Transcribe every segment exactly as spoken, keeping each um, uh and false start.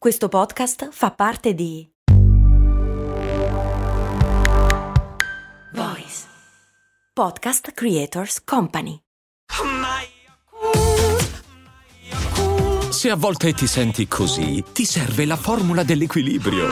Questo podcast fa parte di Voice Podcast Creators Company. Se a volte ti senti così, ti serve la formula dell'equilibrio.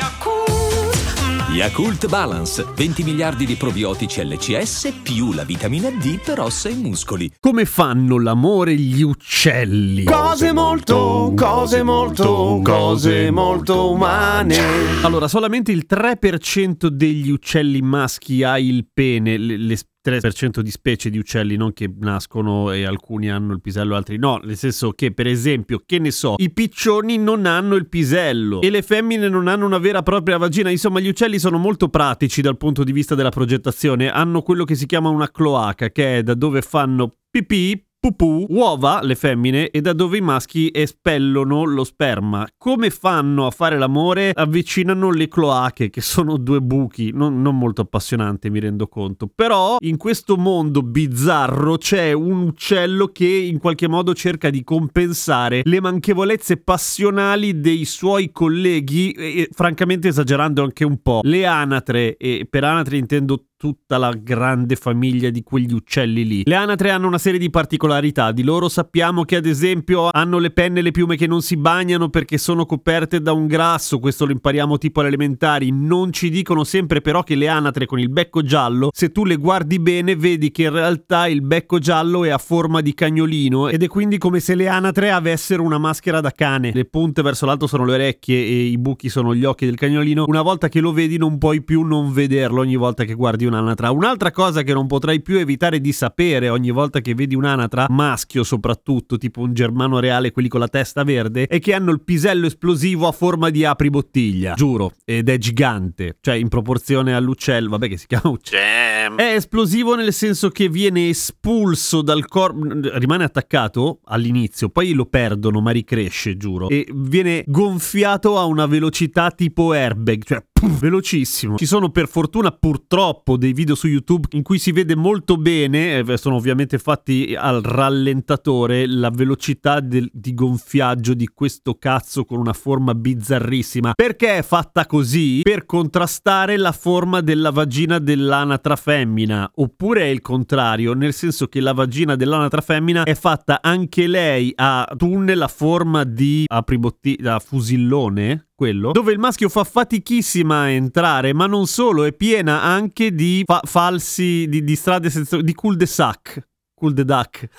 Yakult Balance, venti miliardi di probiotici L C S più la vitamina D per ossa e muscoli. Come fanno l'amore gli uccelli? Cose molto, cose molto, cose molto umane. Allora, solamente il tre per cento degli uccelli maschi ha il pene, le, le tre per cento di specie di uccelli, non che nascono e alcuni hanno il pisello, altri no, nel senso che, per esempio, che ne so, i piccioni non hanno il pisello e le femmine non hanno una vera e propria vagina. Insomma, gli uccelli sono molto pratici dal punto di vista della progettazione, hanno quello che si chiama una cloaca, che è da dove fanno pipì, pupù, uova, le femmine, e da dove i maschi espellono lo sperma. Come fanno a fare l'amore? Avvicinano le cloache, che sono due buchi, non, non molto appassionante, mi rendo conto, però in questo mondo bizzarro c'è un uccello che in qualche modo cerca di compensare le manchevolezze passionali dei suoi colleghi, e, francamente esagerando anche un po', le anatre, e per anatre intendo tutta la grande famiglia di quegli uccelli lì. Le anatre hanno una serie di particolarità. Di loro sappiamo che, ad esempio, hanno le penne e le piume che non si bagnano perché sono coperte da un grasso. Questo lo impariamo tipo alle elementari. Non ci dicono sempre però che le anatre con il becco giallo, se tu le guardi bene, vedi che in realtà il becco giallo è a forma di cagnolino, ed è quindi come se le anatre avessero una maschera da cane. Le punte verso l'alto sono le orecchie e i buchi sono gli occhi del cagnolino. Una volta che lo vedi non puoi più non vederlo ogni volta che guardi un'anatra. Un'altra cosa che non potrai più evitare di sapere ogni volta che vedi un'anatra, maschio soprattutto, tipo un germano reale, quelli con la testa verde, è che hanno il pisello esplosivo a forma di apribottiglia, giuro, ed è gigante, cioè in proporzione all'uccello, vabbè, che si chiama uccello. È esplosivo nel senso che viene espulso dal corpo, rimane attaccato all'inizio, poi lo perdono ma ricresce, giuro, e viene gonfiato a una velocità tipo airbag, cioè puff, velocissimo. Ci sono per fortuna purtroppo dei video su YouTube in cui si vede molto bene, eh, sono ovviamente fatti al rallentatore, la velocità del, di gonfiaggio di questo cazzo con una forma bizzarrissima. Perché è fatta così? Per contrastare la forma della vagina dell'anatra femmina, oppure è il contrario, nel senso che la vagina dell'anatra femmina è fatta anche lei a tunnel a forma di apribottiglia, a fusillone, quello, dove il maschio fa fatichissima a entrare, ma non solo, è piena anche di fa- falsi, di, di strade senza, di cul-de-sac. Cul-de-dac.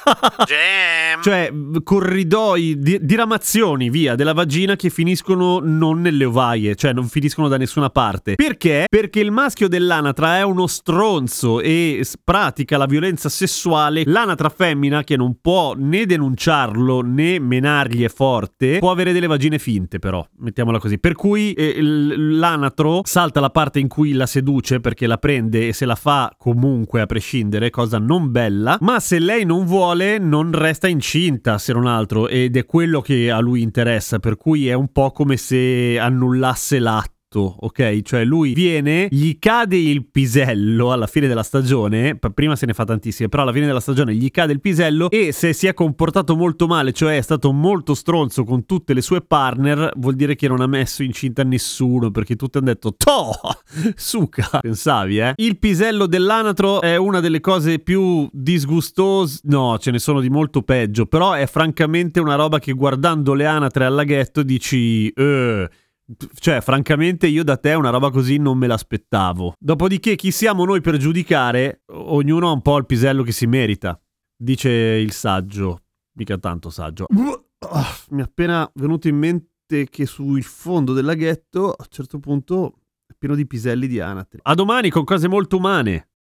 Cioè corridoi, di- diramazioni via della vagina che finiscono non nelle ovaie, cioè non finiscono da nessuna parte. Perché? Perché il maschio dell'anatra è uno stronzo e pratica la violenza sessuale. L'anatra femmina, che non può né denunciarlo né menargli è forte, può avere delle vagine finte, però, mettiamola così. Per cui eh, l'anatro salta la parte in cui la seduce, perché la prende e se la fa comunque a prescindere, cosa non bella, ma se lei non vuole non resta incinta, se non altro, ed è quello che a lui interessa, per cui è un po' come se annullasse l'atto. Ok, cioè lui viene, gli cade il pisello alla fine della stagione, prima se ne fa tantissime, però alla fine della stagione gli cade il pisello, e se si è comportato molto male, cioè è stato molto stronzo con tutte le sue partner, vuol dire che non ha messo incinta nessuno, perché tutti hanno detto toh, suca, pensavi, eh? Il pisello dell'anatro è una delle cose più disgustose, no, ce ne sono di molto peggio, però è francamente una roba che guardando le anatre al laghetto dici eh cioè, francamente, io da te una roba così non me l'aspettavo. Dopodiché, chi siamo noi per giudicare? Ognuno ha un po' il pisello che si merita, dice il saggio. Mica tanto saggio. Mi è appena venuto in mente che sul fondo del laghetto, a un certo punto, è pieno di piselli di anatre. A domani con cose molto umane.